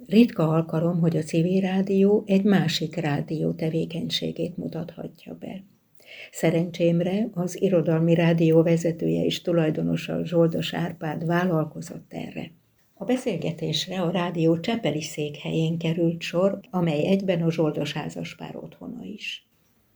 Ritka alkalom, hogy a civil rádió egy másik rádió tevékenységét mutathatja be. Szerencsémre az irodalmi rádió vezetője és tulajdonosa, Zsoldos Árpád vállalkozott erre. A beszélgetésre a rádió csepeli székhelyén került sor, amely egyben a Zsoldos házaspár otthona is.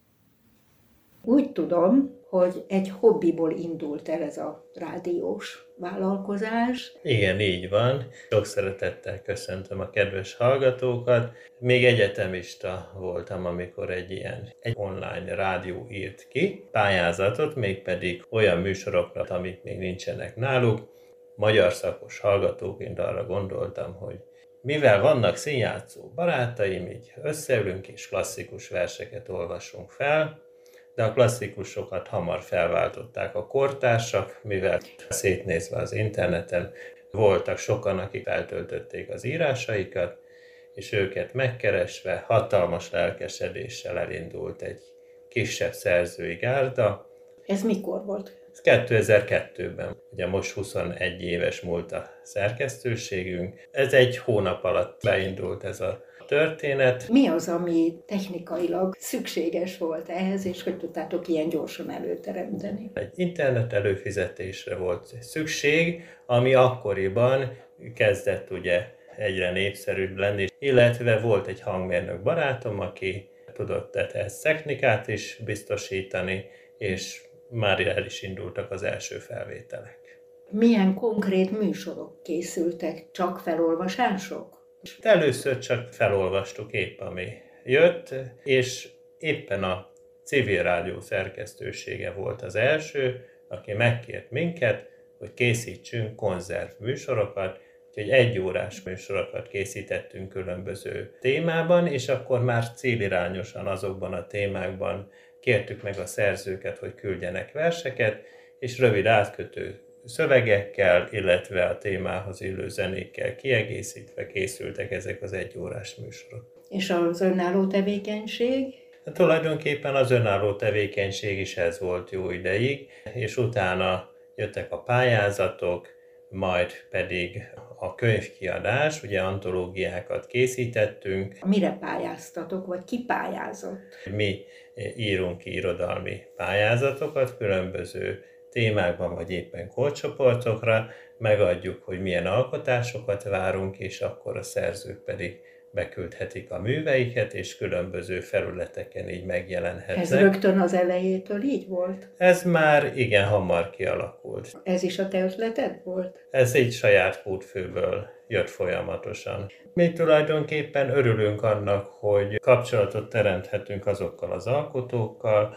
Úgy tudom, hogy egy hobbiból indult el ez a rádiós vállalkozás. Igen, így van. Sok szeretettel köszöntöm a kedves hallgatókat. Még egyetemista voltam, amikor egy online rádió írt ki pályázatot, mégpedig olyan műsorokra, amik még nincsenek náluk. Magyar szakos hallgatóként arra gondoltam, hogy mivel vannak színjátszó barátaim, így összeülünk és klasszikus verseket olvasunk fel, de a klasszikusokat hamar felváltották a kortársak, mivel szétnézve az interneten voltak sokan, akik feltöltötték az írásaikat, és őket megkeresve hatalmas lelkesedéssel elindult egy kisebb szerzői gárda. Ez mikor volt? Ez 2002-ben, ugye most 21 éves múlt a szerkesztőségünk. Ez egy hónap alatt beindult ez a történet. Mi az, ami technikailag szükséges volt ehhez, és hogy tudtátok ilyen gyorsan előteremteni? Egy internet előfizetésre volt szükség, ami akkoriban kezdett ugye egyre népszerűbb lenni, illetve volt egy hangmérnök barátom, aki tudott ehhez technikát is biztosítani, és már el is indultak az első felvételek. Milyen konkrét műsorok készültek? Csak felolvasások? Először csak felolvastuk épp, ami jött, és éppen a civil rádió szerkesztősége volt az első, aki megkért minket, hogy készítsünk konzervműsorokat, úgyhogy 1 órás műsorokat készítettünk különböző témában, és akkor már célirányosan azokban a témákban kértük meg a szerzőket, hogy küldjenek verseket, és rövid átkötő szövegekkel, illetve a témához illő zenékkel kiegészítve készültek ezek az 1 órás műsorok. És az önálló tevékenység? Tulajdonképpen az önálló tevékenység is ez volt jó ideig, és utána jöttek a pályázatok, majd pedig a könyvkiadás, ugye antológiákat készítettünk. Mire pályáztatok, vagy ki pályázott? Mi írunk ki irodalmi pályázatokat különböző témákban, vagy éppen korcsoportokra, megadjuk, hogy milyen alkotásokat várunk, és akkor a szerzők pedig beküldhetik a műveiket, és különböző felületeken így megjelenhetnek. Ez rögtön az elejétől így volt? Ez már igen hamar kialakult. Ez is a te ötleted volt? Ez egy saját kútfőből jött folyamatosan. Mi tulajdonképpen örülünk annak, hogy kapcsolatot teremthetünk azokkal az alkotókkal,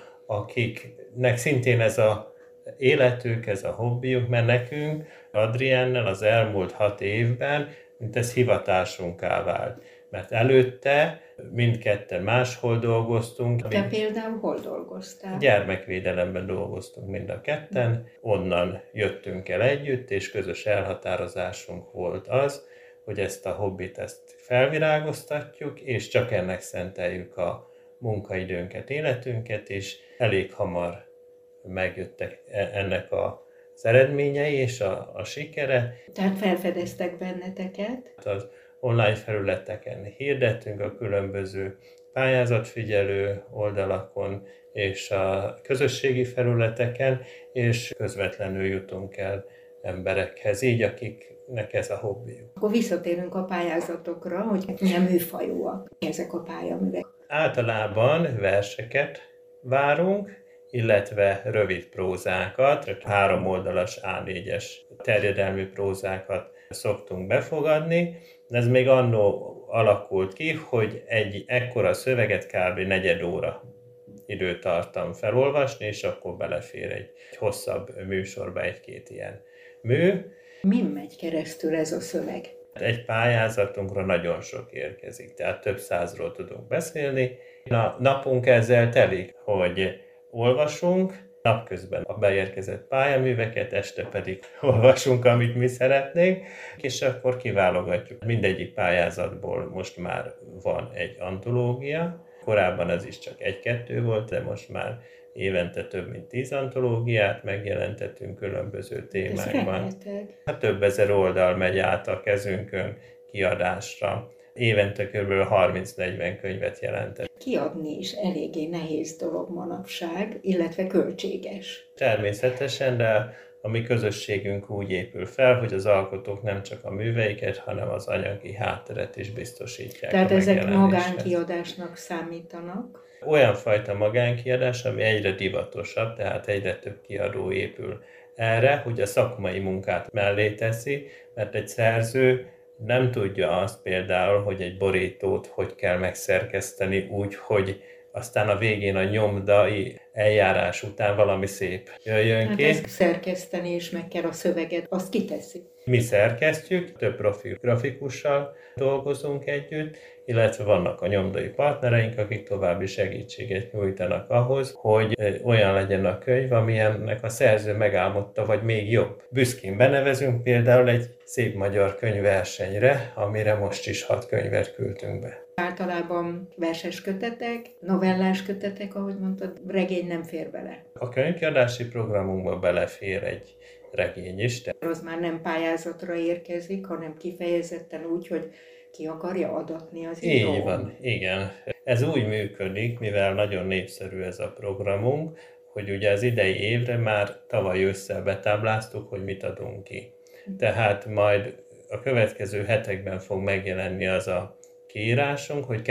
akiknek szintén ez a életük, ez a hobbiuk, mert nekünk Adriennel az elmúlt 6 évben, mint ez hivatásunká vált. Mert előtte mindketten máshol dolgoztunk. Te például hol dolgoztál? Gyermekvédelemben dolgoztunk mind a ketten, onnan jöttünk el együtt, és közös elhatározásunk volt az, hogy ezt a hobbit felvirágoztatjuk, és csak ennek szenteljük a munkaidőnket, életünket, és elég hamar megjöttek ennek az eredményei és a sikere. Tehát felfedeztek benneteket? Az online felületeken hirdettünk a különböző pályázatfigyelő oldalakon és a közösségi felületeken, és közvetlenül jutunk el emberekhez, így akiknek ez a hobbiuk. Akkor visszatérünk a pályázatokra, hogy milyen műfajúak ezek a pályaművek. Általában verseket várunk, illetve rövid prózákat, 3 oldalas A4-es terjedelmű prózákat szoktunk befogadni. Ez még annó alakult ki, hogy egy ekkora szöveget kb. 4 óra időt tartam felolvasni, és akkor belefér egy hosszabb műsorba 1-2 ilyen mű. Min megy keresztül ez a szöveg? Egy pályázatunkra nagyon sok érkezik, tehát több 100-ról tudunk beszélni. A napunk ezzel telik, hogy olvasunk, napközben a beérkezett pályaműveket, este pedig olvasunk, amit mi szeretnénk, és akkor kiválogatjuk. Mindegyik pályázatból most már van egy antológia, korábban ez is csak 1-2 volt, de most már évente több mint 10 antológiát megjelentettünk különböző témákban. Ez rengeteg. Több ezer oldal megy át a kezünkön kiadásra. évente kb. 30-40 könyvet jelentett. Kiadni is eléggé nehéz dolog manapság, illetve költséges. Természetesen, de a mi közösségünk úgy épül fel, hogy az alkotók nem csak a műveiket, hanem az anyagi hátteret is biztosítják. Tehát ezek magánkiadásnak számítanak? Olyan fajta magánkiadás, ami egyre divatosabb, tehát egyre több kiadó épül erre, hogy a szakmai munkát mellé teszi, mert egy szerző nem tudja azt például, hogy egy borítót hogy kell megszerkeszteni úgy, hogy aztán a végén a nyomdai eljárás után valami szép jöjjön ki. Hát ezt szerkeszteni is meg kell a szöveget, azt kiteszi. Mi szerkesztjük, több profi grafikussal dolgozunk együtt, illetve vannak a nyomdai partnereink, akik további segítséget nyújtanak ahhoz, hogy olyan legyen a könyv, amilyennek a szerző megálmodta, vagy még jobb. Büszkén benevezünk például egy szép magyar könyvversenyre, amire most is 6 könyvet küldtünk be. Általában verses kötetek, novellás kötetek, ahogy mondtad, regény nem fér bele. A könyvkiadási programunkba belefér egy regény is. Az már nem pályázatra érkezik, hanem kifejezetten úgy, hogy ki akarja adatni az író. Így van, igen. Ez úgy működik, mivel nagyon népszerű ez a programunk, hogy ugye az idei évre már tavaly ősszel betábláztuk, hogy mit adunk ki. Tehát majd a következő hetekben fog megjelenni az a kiírásunk, hogy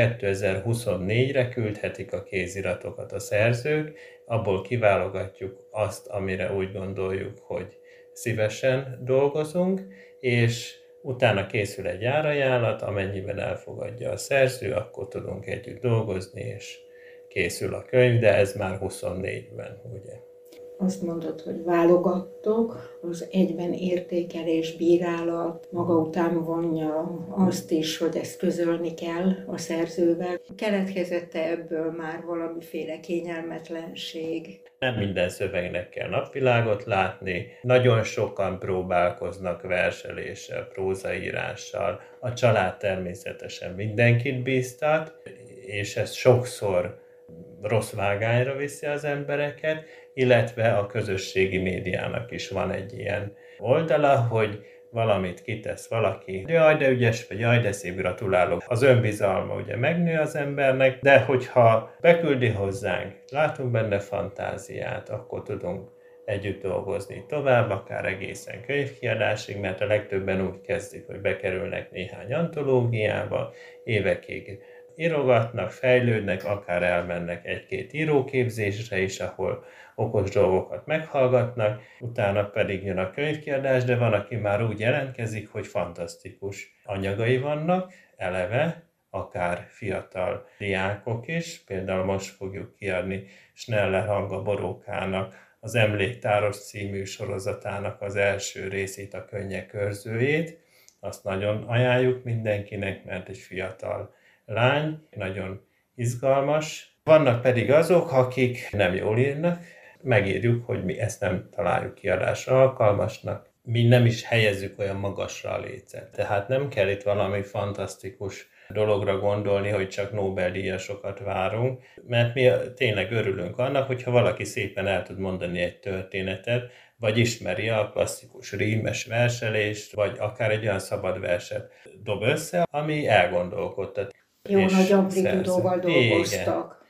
2024-re küldhetik a kéziratokat a szerzők, abból kiválogatjuk azt, amire úgy gondoljuk, hogy szívesen dolgozunk, és utána készül egy árajánlat, amennyiben elfogadja a szerző, akkor tudunk együtt dolgozni, és készül a könyv, de ez már 24-ben, ugye. Azt mondod, hogy válogattok, az egyben értékelés, bírálat maga után vonja azt is, hogy ezt közölni kell a szerzővel. Keletkezett-e ebből már valamiféle kényelmetlenség? Nem minden szövegnek kell napvilágot látni, nagyon sokan próbálkoznak verseléssel, prózaírással, a család természetesen mindenkit bíztat, és ez sokszor rossz vágányra viszi az embereket, illetve a közösségi médiának is van egy ilyen oldala, hogy valamit kitesz valaki, jaj, de ügyes vagy, jaj, de szép, gratulálok. Az önbizalma ugye megnő az embernek, de hogyha beküldi hozzánk, látunk benne fantáziát, akkor tudunk együtt dolgozni tovább, akár egészen könyvkiadásig, mert a legtöbben úgy kezdik, hogy bekerülnek néhány antológiába, évekig írogatnak, fejlődnek, akár elmennek egy-két íróképzésre is, ahol okos dolgokat meghallgatnak, utána pedig jön a könyvkiadás, de van, aki már úgy jelentkezik, hogy fantasztikus anyagai vannak, eleve, akár fiatal diákok is, például most fogjuk kiadni Schneller Hanga Borókának az Emléktáros című sorozatának az első részét, a Könnyek körzőjét. Azt nagyon ajánljuk mindenkinek, mert egy fiatal lány, nagyon izgalmas. Vannak pedig azok, akik nem jól írnak, megírjuk, hogy mi ezt nem találjuk kiadásra alkalmasnak. Mi nem is helyezzük olyan magasra a lécet. Tehát nem kell itt valami fantasztikus dologra gondolni, hogy csak Nobel-díjasokat várunk, mert mi tényleg örülünk annak, hogyha valaki szépen el tud mondani egy történetet, vagy ismeri a klasszikus rímes verselést, vagy akár egy olyan szabad verset dob össze, ami elgondolkodtat. Jó nagy amplitudóval dolgoztak.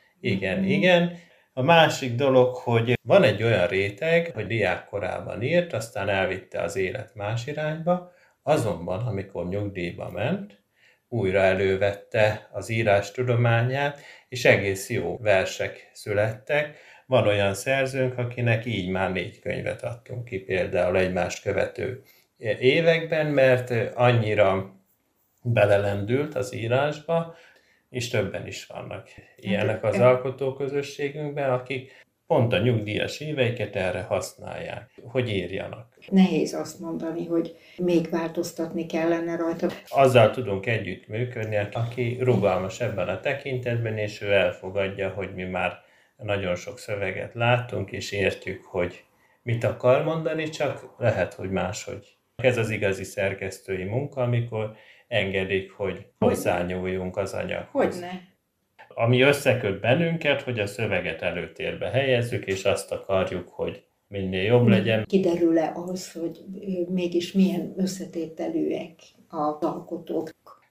Igen. A másik dolog, hogy van egy olyan réteg, hogy diákkorában írt, aztán elvitte az élet más irányba, azonban, amikor nyugdíjba ment, újra elővette az írás tudományát, és egész jó versek születtek. Van olyan szerzőnk, akinek így már 4 könyvet adtunk ki, például egymást követő években, mert annyira belelendült az írásba, és többen is vannak ilyenek az alkotóközösségünkben, akik pont a nyugdíjas éveiket erre használják, hogy írjanak. Nehéz azt mondani, hogy még változtatni kellene rajta. Azzal tudunk együttműködni, aki rugalmas ebben a tekintetben, és ő elfogadja, hogy mi már nagyon sok szöveget látunk, és értjük, hogy mit akar mondani, csak lehet, hogy máshogy. Ez az igazi szerkesztői munka, amikor engedik, hogy hozzányúljunk az anyaghoz. Hogyne. Ami összeköt bennünket, hogy a szöveget előtérbe helyezzük, és azt akarjuk, hogy minél jobb legyen. Kiderül-e az, hogy mégis milyen összetételűek az alkotók?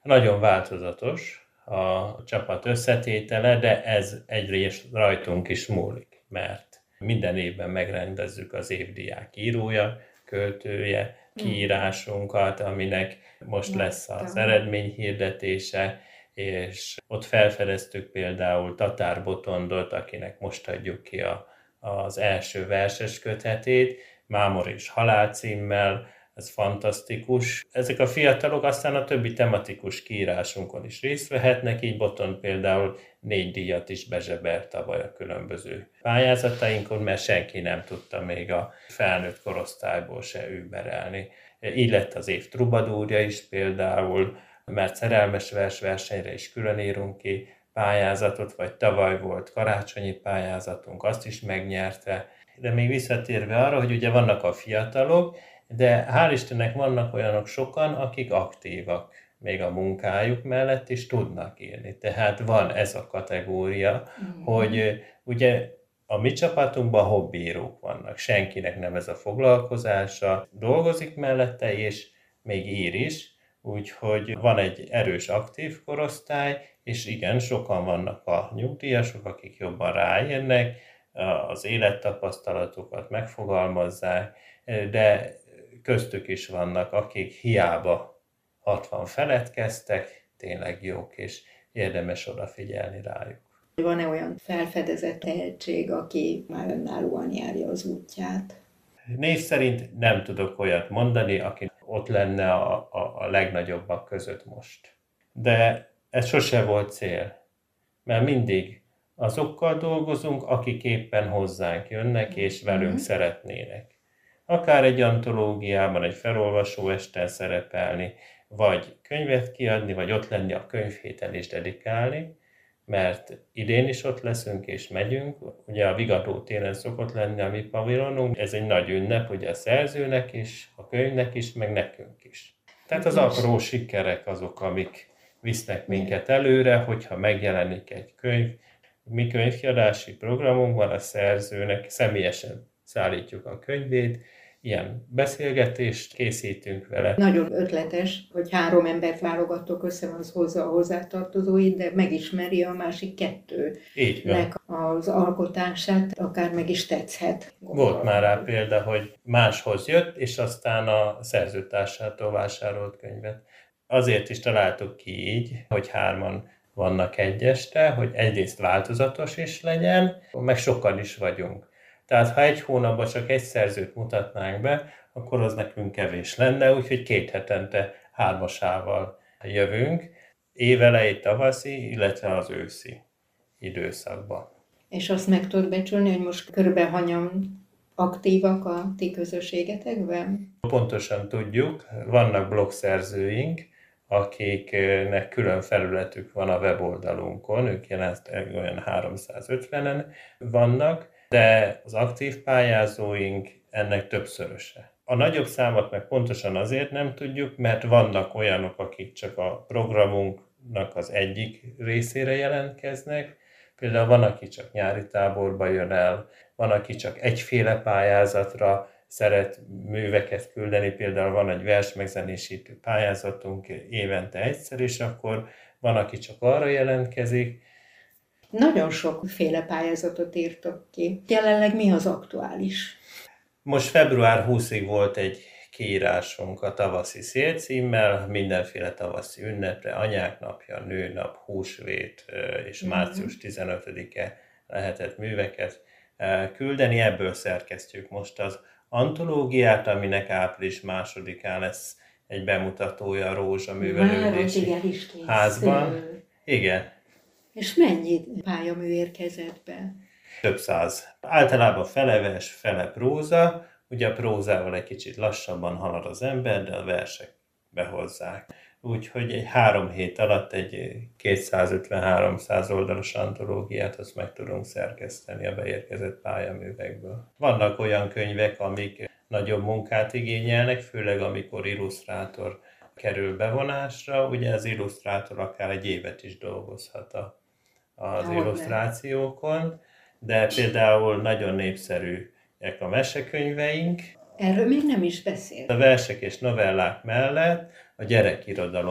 Nagyon változatos a csapat összetétele, de ez egyrészt rajtunk is múlik, mert minden évben megrendezzük az évdiák írója, költője, kiírásunkat, aminek most lesz az eredményhirdetése, és ott felfedeztük például Tatár Botondot, akinek most adjuk ki az első verses kötetét, Mámor és Halál címmel, ez fantasztikus. Ezek a fiatalok aztán a többi tematikus kiírásunkon is részt vehetnek, így Botond például 4 díjat is bezsebelt tavaly a különböző pályázatainkon, mert senki nem tudta még a felnőtt korosztályból se überelni. Így lett az év trubadúrja is például, mert szerelmes versversenyre is külön írunk ki pályázatot, vagy tavaly volt karácsonyi pályázatunk, azt is megnyerte. De még visszatérve arra, hogy ugye vannak a fiatalok, de hál' Istennek vannak olyanok sokan, akik aktívak még a munkájuk mellett is tudnak írni. Tehát van ez a kategória, hogy ugye a mi csapatunkban hobbírók vannak, senkinek nem ez a foglalkozása, dolgozik mellette és még ír is, úgyhogy van egy erős aktív korosztály, és igen, sokan vannak a nyugdíjasok, akik jobban ráérnek, az élettapasztalatukat megfogalmazzák, de köztük is vannak, akik hiába 60 felett kezdtek, tényleg jók, és érdemes odafigyelni rájuk. Van-e olyan felfedezett tehetség, aki már önállóan járja az útját? Név szerint nem tudok olyat mondani, aki ott lenne a legnagyobbak között most. De ez sose volt cél, mert mindig azokkal dolgozunk, akik éppen hozzánk jönnek, és velünk szeretnének. Akár egy antológiában, egy felolvasó esten szerepelni, vagy könyvet kiadni, vagy ott lenni a könyvhéten is dedikálni, mert idén is ott leszünk és megyünk. Ugye a Vigadó téren szokott lenni a mi pavilonunk, ez egy nagy ünnep, ugye a szerzőnek is, a könyvnek is, meg nekünk is. Tehát az apró sikerek azok, amik visznek minket előre, hogyha megjelenik egy könyv. Mi könyvkiadási programunkban a szerzőnek személyesen szállítjuk a könyvét, ilyen beszélgetést készítünk vele. Nagyon ötletes, hogy 3 embert válogattok össze, az hozzá a hozzátartozóit, de megismeri a másik 2-nek az alkotását, akár meg is tetszhet. Volt már rá példa, hogy máshoz jött, és aztán a szerzőtársától vásárolt könyvet. Azért is találtuk ki így, hogy 3-an vannak egy este, hogy egyrészt változatos is legyen, meg sokan is vagyunk. Tehát ha egy hónapban csak egy szerzőt mutatnánk be, akkor az nekünk kevés lenne, úgyhogy 2 hetente 3-asával jövünk, évelejé tavaszi, illetve az őszi időszakban. És azt meg tudod becsülni, hogy most körülbelül hanyan aktívak a ti közösségetekben? Pontosan tudjuk, vannak blogszerzőink, akiknek külön felületük van a weboldalunkon, ők jelenleg olyan 350-en vannak, de az aktív pályázóink ennek többszöröse. A nagyobb számot meg pontosan azért nem tudjuk, mert vannak olyanok, akik csak a programunknak az egyik részére jelentkeznek. Például van, aki csak nyári táborba jön el, van, aki csak egyféle pályázatra szeret műveket küldeni, például van egy versmegzenésítő pályázatunk évente egyszer, és akkor van, aki csak arra jelentkezik. Nagyon sokféle pályázatot írtok ki. Jelenleg mi az aktuális? Most február 20-ig volt egy kiírásunk a Tavaszi Szél címmel, mindenféle tavaszi ünnepre, Anyák napja, Nőnap, Húsvét és március 15-e lehetett műveket küldeni. Ebből szerkesztjük most az antológiát, aminek április 2-án lesz egy bemutatója a Rózsaművelődési Házban. Igen. És mennyi pályamű érkezett be? Több 100. Általában fele vers, fele próza. Ugye a prózával egy kicsit lassabban halad az ember, de a versek behozzák. Úgyhogy egy 3 hét alatt egy 250-300 oldalas antológiát azt meg tudunk szerkeszteni a beérkezett pályaművekből. Vannak olyan könyvek, amik nagyobb munkát igényelnek, főleg amikor illusztrátor kerül bevonásra. Ugye az illusztrátor akár egy évet is dolgozhat az illusztrációkon, de például nagyon népszerűek a mesekönyveink. Erről még nem is beszélt. A versek és novellák mellett a gyerekirodalom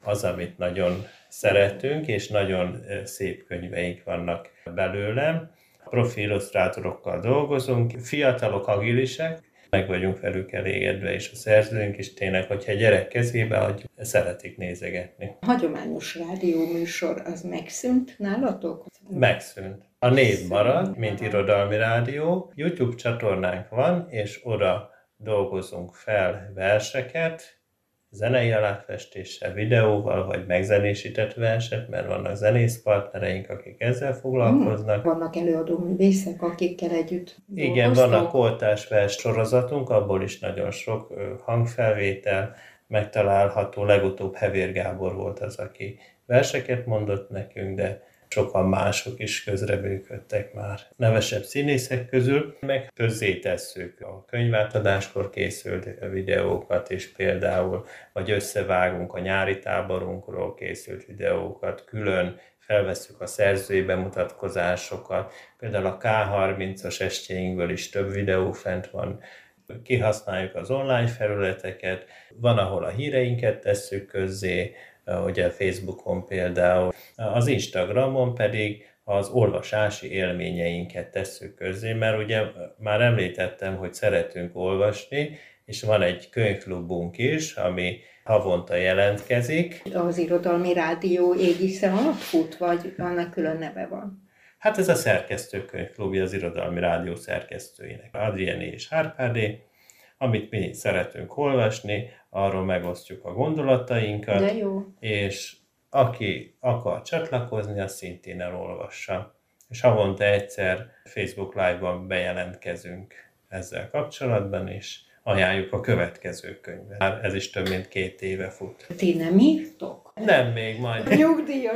az, amit nagyon szeretünk, és nagyon szép könyveink vannak belőle. Profi illusztrátorokkal dolgozunk, fiatalok, agilisek, meg vagyunk velük elégedve, és a szerzőink is tényleg, hogyha egy gyerek kezébe adjuk, szeretik nézegetni. A hagyományos rádióműsor az megszűnt nálatok? Megszűnt. A név marad, mint Irodalmi Rádió. YouTube csatornánk van, és oda dolgozunk fel verseket, zenei aláfestéssel, videóval, vagy megzenésített verset, mert vannak zenészpartnereink, akik ezzel foglalkoznak. Vannak előadó művészek, akikkel együtt dolgoztok? Igen, van a koltás vers sorozatunk, abból is nagyon sok hangfelvétel megtalálható. Legutóbb Hevér Gábor volt az, aki verseket mondott nekünk, de sokan mások is közreműködtek már nevesebb színészek közül, meg közzétesszük a könyvátadáskor készült videókat is például, vagy összevágunk a nyári táborunkról készült videókat, külön felvesszük a szerzői bemutatkozásokat, például a K30-as estjeinkből is több videó fent van, kihasználjuk az online felületeket, van, ahol a híreinket tesszük közzé, ugye Facebookon például, az Instagramon pedig az olvasási élményeinket tesszük közzé, mert ugye már említettem, hogy szeretünk olvasni, és van egy könyvklubunk is, ami havonta jelentkezik. Az Irodalmi Rádió égisze alatt fut, vagy annak külön neve van? Hát ez a szerkesztők könyvklubja az Irodalmi Rádió szerkesztőinek, Adrienné és Árpádé, amit mi szeretünk olvasni, arról megosztjuk a gondolatainkat, de jó. És aki akar csatlakozni, az szintén elolvassa. És havonta egyszer Facebook Live-ban bejelentkezünk ezzel kapcsolatban, és ajánljuk a következő könyvet. Már ez is több mint 2 éve fut. Ti nem írtok? Nem, még majd. Nyugdíjas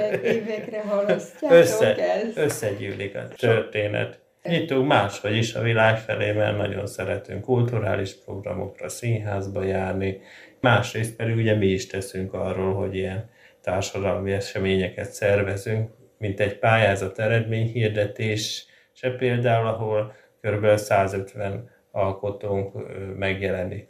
évekre halasztjátok ezt? Összegyűlik a történet. Nyitunk máshogy is a világ felé, mert nagyon szeretünk kulturális programokra, színházba járni. Másrészt pedig ugye mi is teszünk arról, hogy ilyen társadalmi eseményeket szervezünk, mint egy pályázat eredményhirdetés, se például, ahol kb. 150 alkotónk megjelenik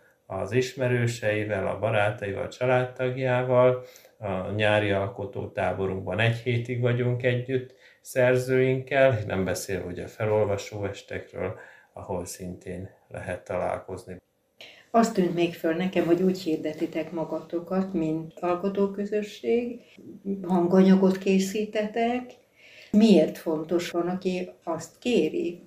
az ismerőseivel, a barátaival, a családtagjával. A nyári alkotótáborunkban 1 hétig vagyunk együtt szerzőinkkel, nem beszélve ugye a felolvasó estekről, ahol szintén lehet találkozni. Azt tűnt még föl nekem, hogy úgy hirdetitek magatokat, mint alkotóközösség, hanganyagot készítetek. Miért fontos? Van, aki azt kéri?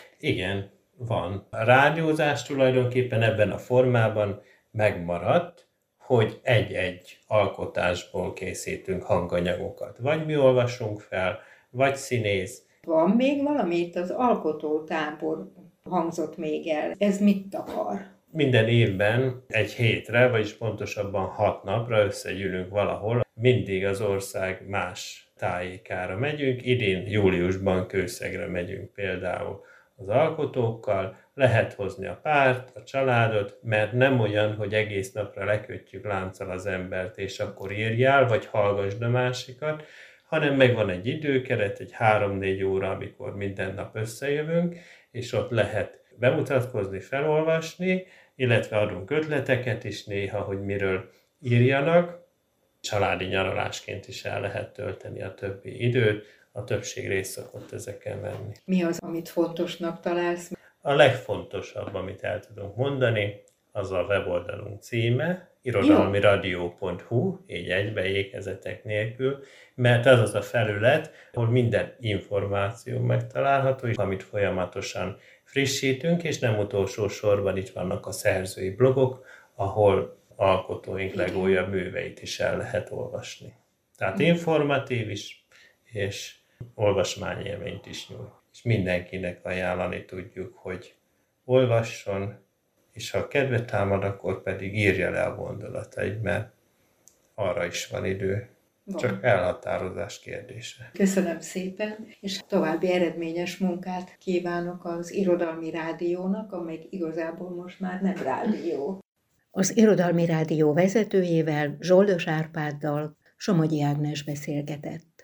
Igen, van. A rádiózás tulajdonképpen ebben a formában megmaradt, hogy egy-egy alkotásból készítünk hanganyagokat. Vagy mi olvasunk fel, vagy színész. Van még valami? Itt az alkotótábor hangzott még el. Ez mit akar? Minden évben 1 hétre, vagyis pontosabban 6 napra összegyűlünk valahol. Mindig az ország más tájékára megyünk. Idén júliusban Kőszegre megyünk például az alkotókkal. Lehet hozni a párt, a családot, mert nem olyan, hogy egész napra lekötjük lánccal az embert, és akkor írjál, vagy hallgassd a másikat, hanem megvan egy időkeret, egy 3-4 óra, amikor minden nap összejövünk, és ott lehet bemutatkozni, felolvasni, illetve adunk ötleteket is néha, hogy miről írjanak. Családi nyaralásként is el lehet tölteni a többi időt, a többség részt szokott ezeken venni. Mi az, amit fontosnak találsz? A legfontosabb, amit el tudunk mondani, az a weboldalunk címe, irodalmiradio.hu, így egybe ékezetek nélkül, mert ez az a felület, ahol minden információ megtalálható, amit folyamatosan frissítünk, és nem utolsó sorban itt vannak a szerzői blogok, ahol alkotóink legújabb műveit is el lehet olvasni. Tehát informatív is, és olvasmányélményt is nyújt. És mindenkinek ajánlani tudjuk, hogy olvasson, és ha kedvet támad, akkor pedig írja le a gondolatait, mert arra is van idő. Csak elhatározás kérdése. Köszönöm szépen, és további eredményes munkát kívánok az Irodalmi Rádiónak, amely igazából most már nem rádió. Az Irodalmi Rádió vezetőjével, Zsoldos Árpáddal Somogyi Ágnes beszélgetett.